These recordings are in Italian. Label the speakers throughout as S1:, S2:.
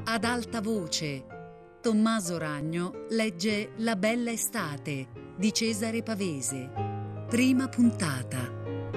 S1: Ad alta voce, Tommaso Ragno legge La bella estate di Cesare Pavese. Prima puntata.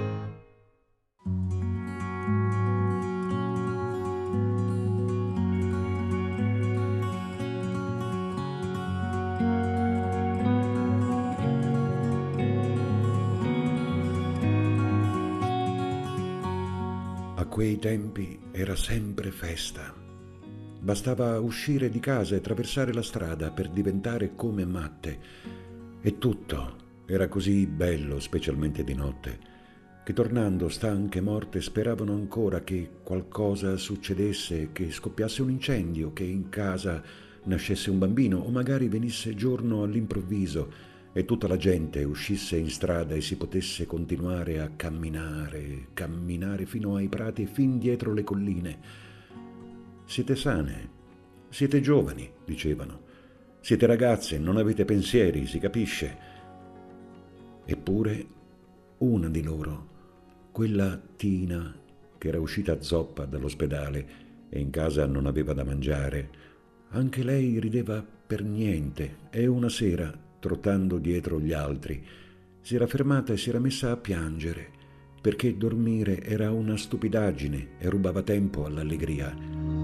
S2: A quei tempi era sempre festa. Bastava uscire di casa e attraversare la strada per diventare come matte. E tutto era così bello, specialmente di notte, che tornando stanche e morte speravano ancora che qualcosa succedesse, che scoppiasse un incendio, che in casa nascesse un bambino o magari venisse giorno all'improvviso e tutta la gente uscisse in strada e si potesse continuare a camminare fino ai prati e fin dietro le colline. Siete sane, siete giovani, dicevano. Siete ragazze, non avete pensieri, si capisce. Eppure una di loro, quella Tina, che era uscita zoppa dall'ospedale e in casa non aveva da mangiare, anche lei rideva per niente e una sera, trottando dietro gli altri, si era fermata e si era messa a piangere, perché dormire era una stupidaggine e rubava tempo all'allegria.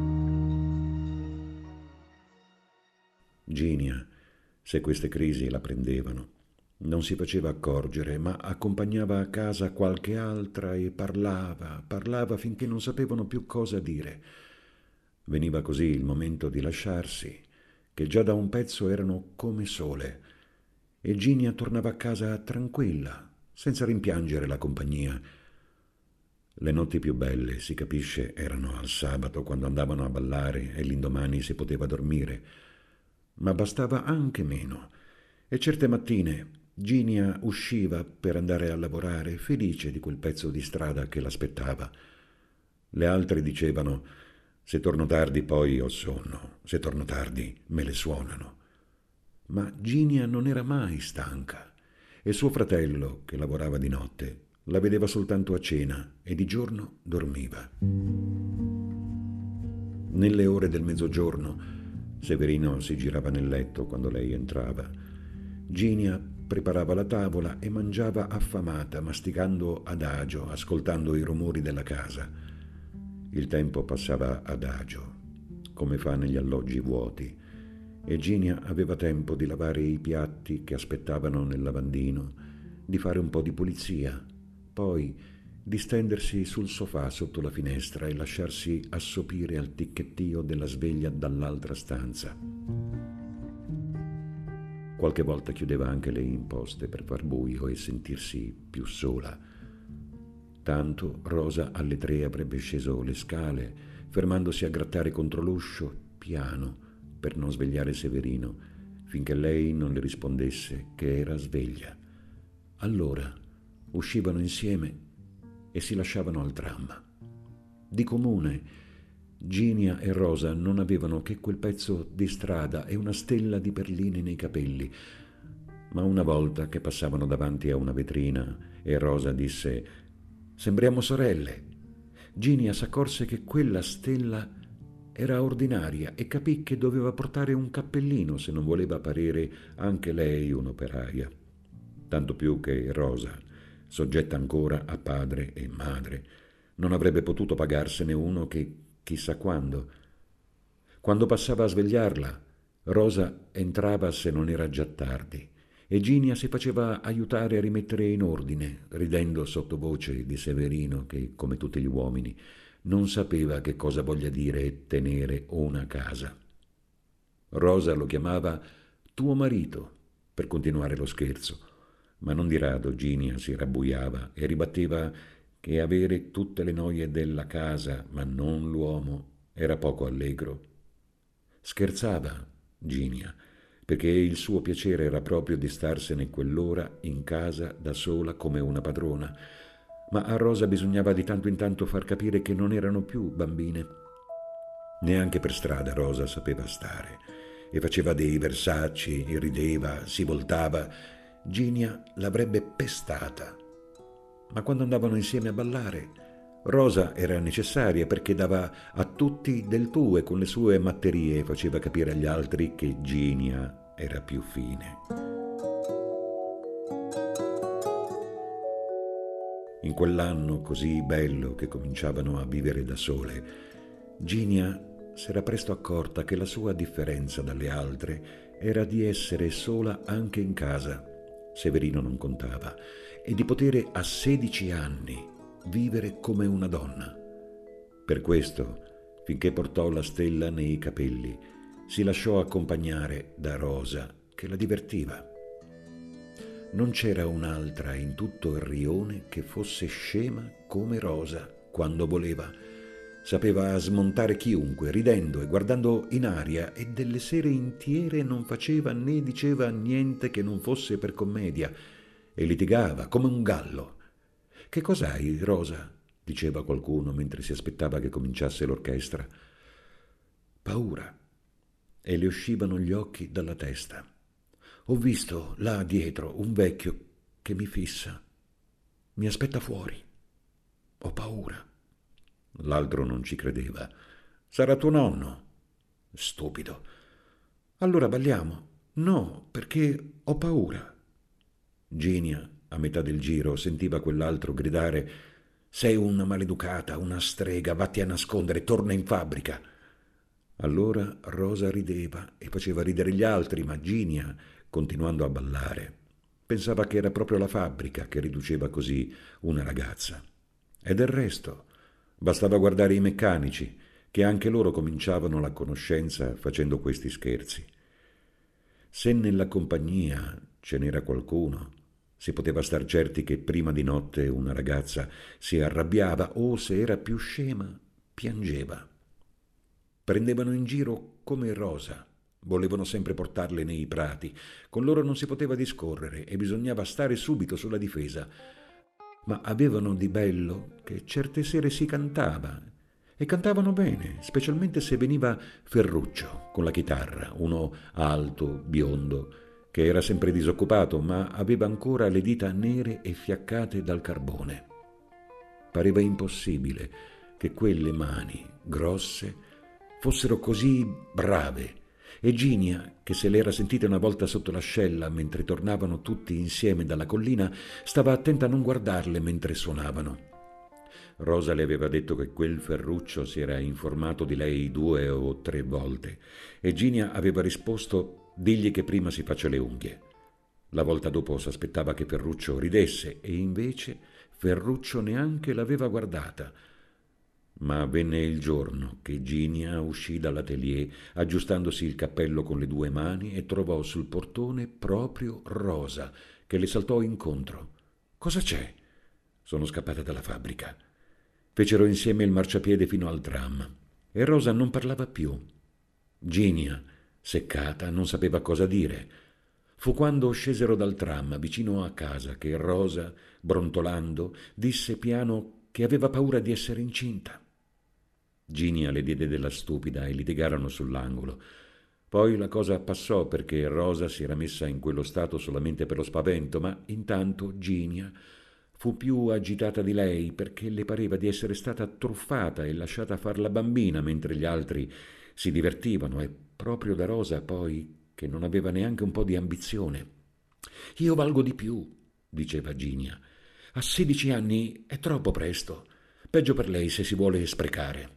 S2: Ginia, se queste crisi la prendevano, non si faceva accorgere, ma accompagnava a casa qualche altra e parlava finché non sapevano più cosa dire. Veniva così il momento di lasciarsi, che già da un pezzo erano come sole, e Ginia tornava a casa tranquilla, senza rimpiangere la compagnia. Le notti più belle, si capisce, erano al sabato, quando andavano a ballare e l'indomani si poteva dormire, ma bastava anche meno, e certe mattine Ginia usciva per andare a lavorare, felice di quel pezzo di strada che l'aspettava. Le altre dicevano: se torno tardi poi ho sonno, se torno tardi me le suonano. Ma Ginia non era mai stanca e suo fratello, che lavorava di notte, la vedeva soltanto a cena e di giorno dormiva. Nelle ore del mezzogiorno Severino si girava nel letto quando lei entrava. Ginia preparava la tavola e mangiava affamata, masticando adagio, ascoltando i rumori della casa. Il tempo passava adagio, come fa negli alloggi vuoti, e Ginia aveva tempo di lavare i piatti che aspettavano nel lavandino, di fare un po' di pulizia, poi di stendersi sul sofà sotto la finestra e lasciarsi assopire al ticchettio della sveglia dall'altra stanza. Qualche volta chiudeva anche le imposte per far buio e sentirsi più sola. Tanto Rosa alle 3 avrebbe sceso le scale, fermandosi a grattare contro l'uscio piano per non svegliare Severino, finché lei non le rispondesse che era sveglia. Allora uscivano insieme e si lasciavano al tram. Di comune, Ginia e Rosa non avevano che quel pezzo di strada e una stella di perline nei capelli, ma una volta che passavano davanti a una vetrina e Rosa disse: «Sembriamo sorelle», Ginia s'accorse che quella stella era ordinaria e capì che doveva portare un cappellino se non voleva parere anche lei un'operaia. Tanto più che Rosa, soggetta ancora a padre e madre, non avrebbe potuto pagarsene uno che chissà quando. Quando passava a svegliarla, Rosa entrava se non era già tardi e Ginia si faceva aiutare a rimettere in ordine, ridendo sottovoce di Severino che, come tutti gli uomini, non sapeva che cosa voglia dire tenere una casa. Rosa lo chiamava tuo marito, per continuare lo scherzo, ma non di rado Ginia si rabbuiava e ribatteva che avere tutte le noie della casa, ma non l'uomo, era poco allegro. Scherzava Ginia, perché il suo piacere era proprio di starsene quell'ora in casa da sola come una padrona, ma a Rosa bisognava di tanto in tanto far capire che non erano più bambine. Neanche per strada Rosa sapeva stare e faceva dei versacci, rideva, si voltava. Ginia l'avrebbe pestata, ma quando andavano insieme a ballare, Rosa era necessaria perché dava a tutti del tu e con le sue matterie faceva capire agli altri che Ginia era più fine. In quell'anno così bello che cominciavano a vivere da sole, Ginia s'era presto accorta che la sua differenza dalle altre era di essere sola anche in casa. Severino non contava, e di poter a 16 anni vivere come una donna. Per questo, finché portò la stella nei capelli, si lasciò accompagnare da Rosa, che la divertiva. Non c'era un'altra in tutto il rione che fosse scema come Rosa quando voleva. Sapeva smontare chiunque, ridendo e guardando in aria, e delle sere intiere non faceva né diceva niente che non fosse per commedia, e litigava come un gallo. «Che cos'hai, Rosa?» diceva qualcuno mentre si aspettava che cominciasse l'orchestra. «Paura». E le uscivano gli occhi dalla testa. «Ho visto là dietro un vecchio che mi fissa. Mi aspetta fuori. Ho paura». L'altro non ci credeva. «Sarà tuo nonno». «Stupido». «Allora balliamo». «No, perché ho paura». Ginia, a metà del giro, sentiva quell'altro gridare: «Sei una maleducata, una strega, vatti a nascondere, torna in fabbrica». Allora Rosa rideva e faceva ridere gli altri, ma Ginia, continuando a ballare, pensava che era proprio la fabbrica che riduceva così una ragazza. E del resto bastava guardare i meccanici, che anche loro cominciavano la conoscenza facendo questi scherzi. Se nella compagnia ce n'era qualcuno, si poteva star certi che prima di notte una ragazza si arrabbiava o, se era più scema, piangeva. Prendevano in giro come Rosa, volevano sempre portarle nei prati. Con loro non si poteva discorrere e bisognava stare subito sulla difesa. Ma avevano di bello che certe sere si cantava, e cantavano bene, specialmente se veniva Ferruccio con la chitarra, uno alto, biondo, che era sempre disoccupato, ma aveva ancora le dita nere e fiaccate dal carbone. Pareva impossibile che quelle mani grosse fossero così brave, e Ginia, che se l'era sentita una volta sotto l'ascella mentre tornavano tutti insieme dalla collina, stava attenta a non guardarle mentre suonavano. Rosa le aveva detto che quel Ferruccio si era informato di lei 2 o 3 volte, e Ginia aveva risposto: «Digli che prima si faccia le unghie». La volta dopo s'aspettava che Ferruccio ridesse, e invece Ferruccio neanche l'aveva guardata. Ma venne il giorno che Ginia uscì dall'atelier aggiustandosi il cappello con le 2 mani e trovò sul portone proprio Rosa, che le saltò incontro. «Cosa c'è?» «Sono scappata dalla fabbrica». Fecero insieme il marciapiede fino al tram e Rosa non parlava più. Ginia, seccata, non sapeva cosa dire. Fu quando scesero dal tram vicino a casa che Rosa, brontolando, disse piano che aveva paura di essere incinta. Ginia le diede della stupida e litigarono sull'angolo. Poi la cosa passò perché Rosa si era messa in quello stato solamente per lo spavento, ma intanto Ginia fu più agitata di lei perché le pareva di essere stata truffata e lasciata far la bambina mentre gli altri si divertivano, e proprio da Rosa poi, che non aveva neanche un po' di ambizione. «Io valgo di più», diceva Ginia. «A 16 anni è troppo presto. Peggio per lei se si vuole sprecare».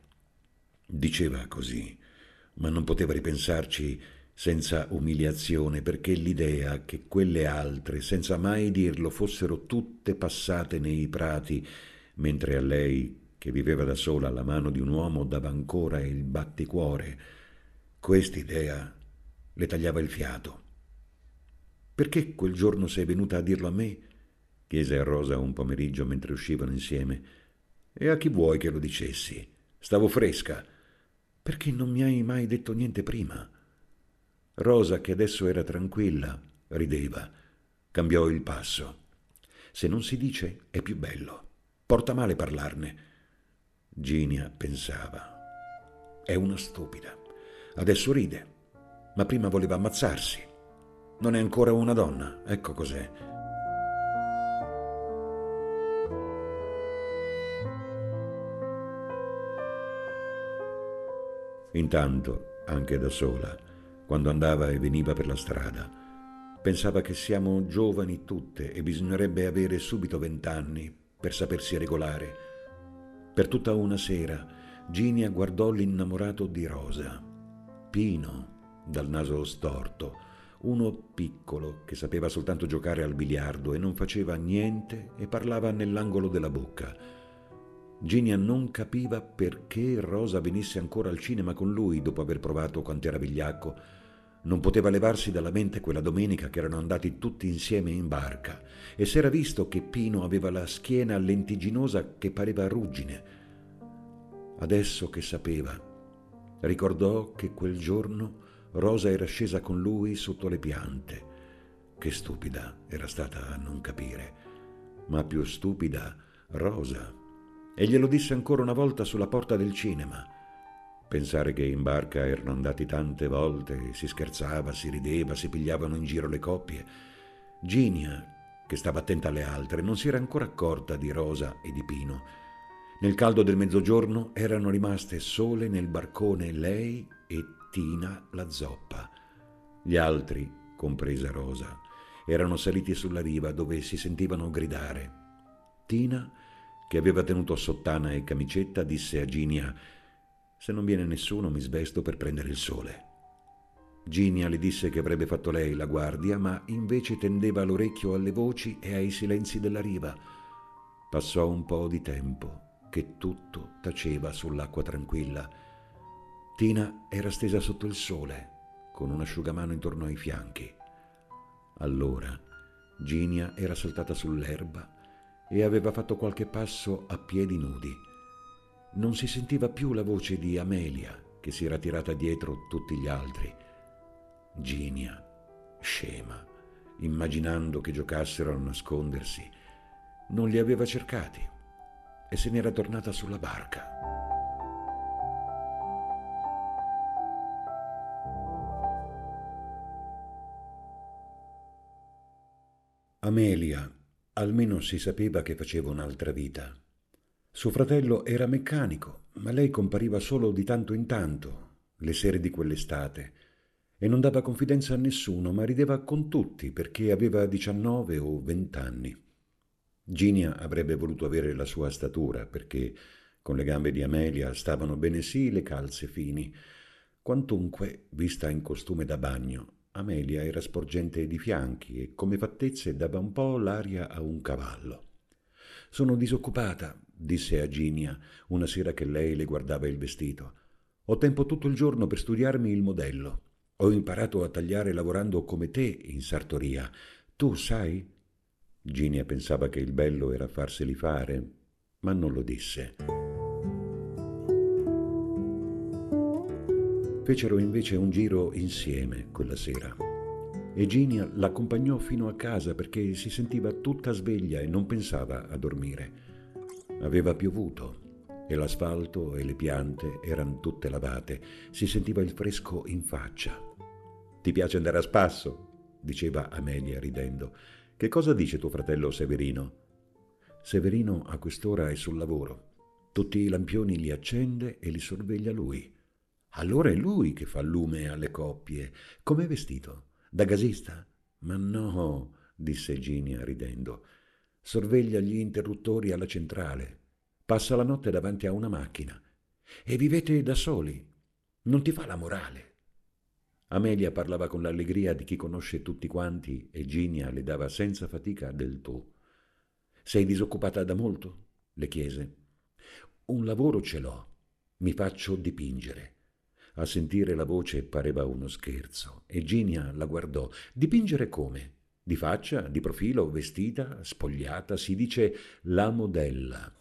S2: Diceva così, ma non poteva ripensarci senza umiliazione, perché l'idea che quelle altre, senza mai dirlo, fossero tutte passate nei prati, mentre a lei, che viveva da sola alla mano di un uomo, dava ancora il batticuore, quest'idea le tagliava il fiato. «Perché quel giorno sei venuta a dirlo a me?» chiese a Rosa un pomeriggio mentre uscivano insieme. «E a chi vuoi che lo dicessi? Stavo fresca». «Perché non mi hai mai detto niente prima?» Rosa, che adesso era tranquilla, rideva. Cambiò il passo. «Se non si dice è più bello. Porta male parlarne». Ginia pensava: «È una stupida. Adesso ride, ma prima voleva ammazzarsi. Non è ancora una donna, ecco cos'è». Intanto, anche da sola, quando andava e veniva per la strada, pensava che siamo giovani tutte e bisognerebbe avere subito 20 anni per sapersi regolare. Per tutta una sera, Ginia guardò l'innamorato di Rosa, Pino, dal naso storto, uno piccolo che sapeva soltanto giocare al biliardo e non faceva niente e parlava nell'angolo della bocca. Ginia non capiva perché Rosa venisse ancora al cinema con lui dopo aver provato quant'era vigliacco. Non poteva levarsi dalla mente quella domenica che erano andati tutti insieme in barca e s'era visto che Pino aveva la schiena lentigginosa che pareva ruggine. Adesso che sapeva, ricordò che quel giorno Rosa era scesa con lui sotto le piante. Che stupida era stata a non capire, ma più stupida Rosa. E glielo disse ancora una volta sulla porta del cinema. Pensare che in barca erano andati tante volte, si scherzava, si rideva, si pigliavano in giro le coppie. Ginia, che stava attenta alle altre, non si era ancora accorta di Rosa e di Pino. Nel caldo del mezzogiorno erano rimaste sole nel barcone lei e Tina la zoppa. Gli altri, compresa Rosa, erano saliti sulla riva dove si sentivano gridare. Tina, che aveva tenuto sottana e camicetta, disse a Ginia: «Se non viene nessuno mi svesto per prendere il sole». Ginia le disse che avrebbe fatto lei la guardia, ma invece tendeva l'orecchio alle voci e ai silenzi della riva. Passò un po' di tempo che tutto taceva sull'acqua tranquilla. Tina era stesa sotto il sole, con un asciugamano intorno ai fianchi. Allora Ginia era saltata sull'erba e aveva fatto qualche passo a piedi nudi. Non si sentiva più la voce di Amelia, che si era tirata dietro tutti gli altri. Ginia, scema, immaginando che giocassero a nascondersi, non li aveva cercati e se n'era tornata sulla barca. Amelia, almeno si sapeva che faceva un'altra vita. Suo fratello era meccanico, ma lei compariva solo di tanto in tanto, le sere di quell'estate, e non dava confidenza a nessuno, ma rideva con tutti perché aveva 19 o 20 anni. Ginia avrebbe voluto avere la sua statura, perché con le gambe di Amelia stavano bene sì le calze fini. Quantunque, vista in costume da bagno, Amelia era sporgente di fianchi e come fattezze dava un po' l'aria a un cavallo. «Sono disoccupata», disse a Ginia una sera che lei le guardava il vestito. «Ho tempo tutto il giorno per studiarmi il modello. Ho imparato a tagliare lavorando come te in sartoria. Tu sai?» Ginia pensava che il bello era farseli fare, ma non lo disse. Fecero invece un giro insieme quella sera e Ginia l'accompagnò fino a casa perché si sentiva tutta sveglia e non pensava a dormire. Aveva piovuto e l'asfalto e le piante erano tutte lavate, si sentiva il fresco in faccia. «Ti piace andare a spasso?» diceva Amelia ridendo. «Che cosa dice tuo fratello Severino?» «Severino a quest'ora è sul lavoro. Tutti i lampioni li accende e li sorveglia lui». «Allora è lui che fa lume alle coppie. Com'è vestito? Da gasista?» «Ma no», disse Ginia ridendo. «Sorveglia gli interruttori alla centrale. Passa la notte davanti a una macchina. E vivete da soli? Non ti fa la morale?» Amelia parlava con l'allegria di chi conosce tutti quanti e Ginia le dava senza fatica del tu. «Sei disoccupata da molto?» le chiese. «Un lavoro ce l'ho. Mi faccio dipingere». A sentire la voce pareva uno scherzo e Ginia la guardò. «Dipingere come? Di faccia, di profilo, vestita, spogliata? Si dice la modella».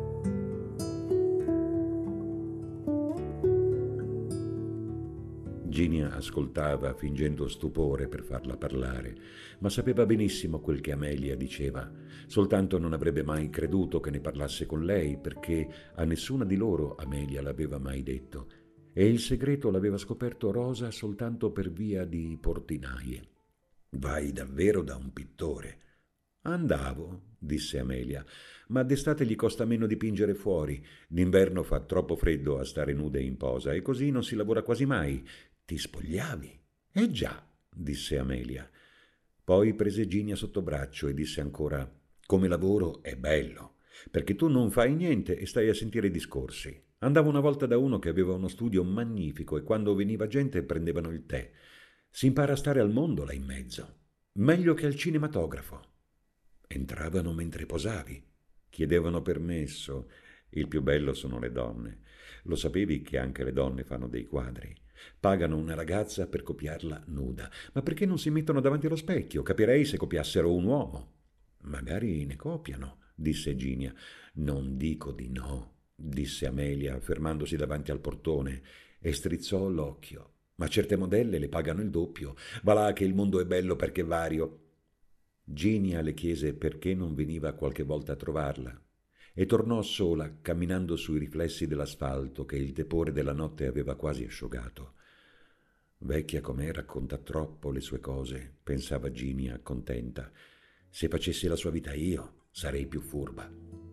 S2: Ginia ascoltava fingendo stupore per farla parlare, ma sapeva benissimo quel che Amelia diceva, soltanto non avrebbe mai creduto che ne parlasse con lei, perché a nessuna di loro Amelia l'aveva mai detto, e il segreto l'aveva scoperto Rosa soltanto per via di portinaie. «Vai davvero da un pittore?» «Andavo», disse Amelia, ma d'estate gli costa meno dipingere fuori. D'inverno fa troppo freddo a stare nude in posa e così non si lavora quasi mai. Ti spogliavi? Eh già, disse Amelia. Poi prese Ginia sotto braccio e disse ancora: come lavoro è bello, perché tu non fai niente e stai a sentire i discorsi. Andavo una volta da uno che aveva uno studio magnifico e quando veniva gente prendevano il tè. Si impara a stare al mondo là in mezzo, meglio che al cinematografo. Entravano mentre posavi, chiedevano permesso. Il più bello sono le donne. Lo sapevi che anche le donne fanno dei quadri? Pagano una ragazza per copiarla nuda. Ma perché non si mettono davanti allo specchio? Capirei se copiassero un uomo. Magari ne copiano, disse Ginia. Non dico di no, disse Amelia, fermandosi davanti al portone, e strizzò l'occhio. Ma certe modelle le pagano il doppio. Va là che il mondo è bello perché è vario. Ginia le chiese perché non veniva qualche volta a trovarla e tornò sola, camminando sui riflessi dell'asfalto che il tepore della notte aveva quasi asciugato. Vecchia com'è, racconta troppo le sue cose, pensava Ginia, contenta. Se facessi la sua vita io, sarei più furba.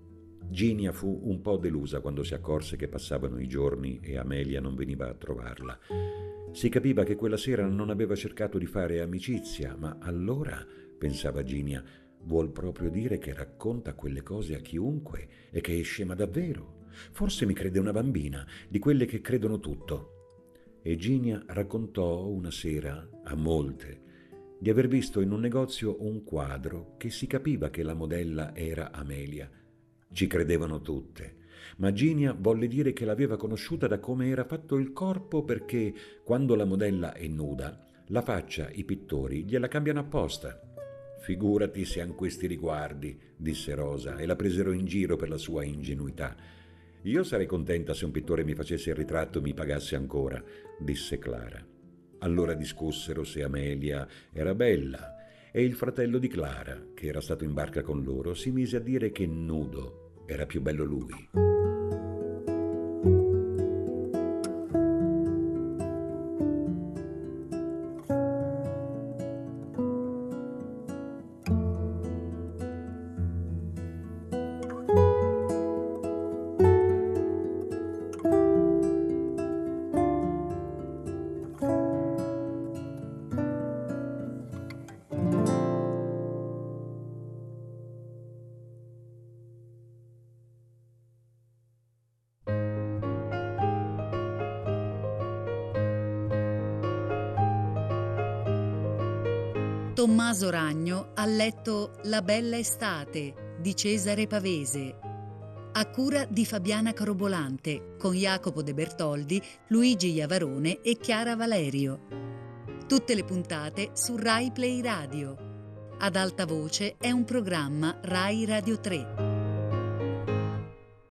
S2: Ginia fu un po' delusa quando si accorse che passavano i giorni e Amelia non veniva a trovarla. Si capiva che quella sera non aveva cercato di fare amicizia, ma allora, pensava Ginia, vuol proprio dire che racconta quelle cose a chiunque e che è scema davvero. Forse mi crede una bambina, di quelle che credono tutto. E Ginia raccontò una sera, a molte, di aver visto in un negozio un quadro che si capiva che la modella era Amelia. Ci credevano tutte, ma Ginia volle dire che l'aveva conosciuta da come era fatto il corpo perché, quando la modella è nuda, la faccia i pittori gliela cambiano apposta. Figurati se han questi riguardi, disse Rosa, e la presero in giro per la sua ingenuità. Io sarei contenta se un pittore mi facesse il ritratto e mi pagasse ancora, disse Clara. Allora discussero se Amelia era bella e il fratello di Clara, che era stato in barca con loro, si mise a dire che nudo era più bello lui.
S1: Tommaso Ragno ha letto La bella estate di Cesare Pavese, a cura di Fabiana Carobolante, con Jacopo De Bertoldi, Luigi Iavarone e Chiara Valerio. Tutte le puntate su Rai Play Radio. Ad alta voce è un programma Rai Radio 3.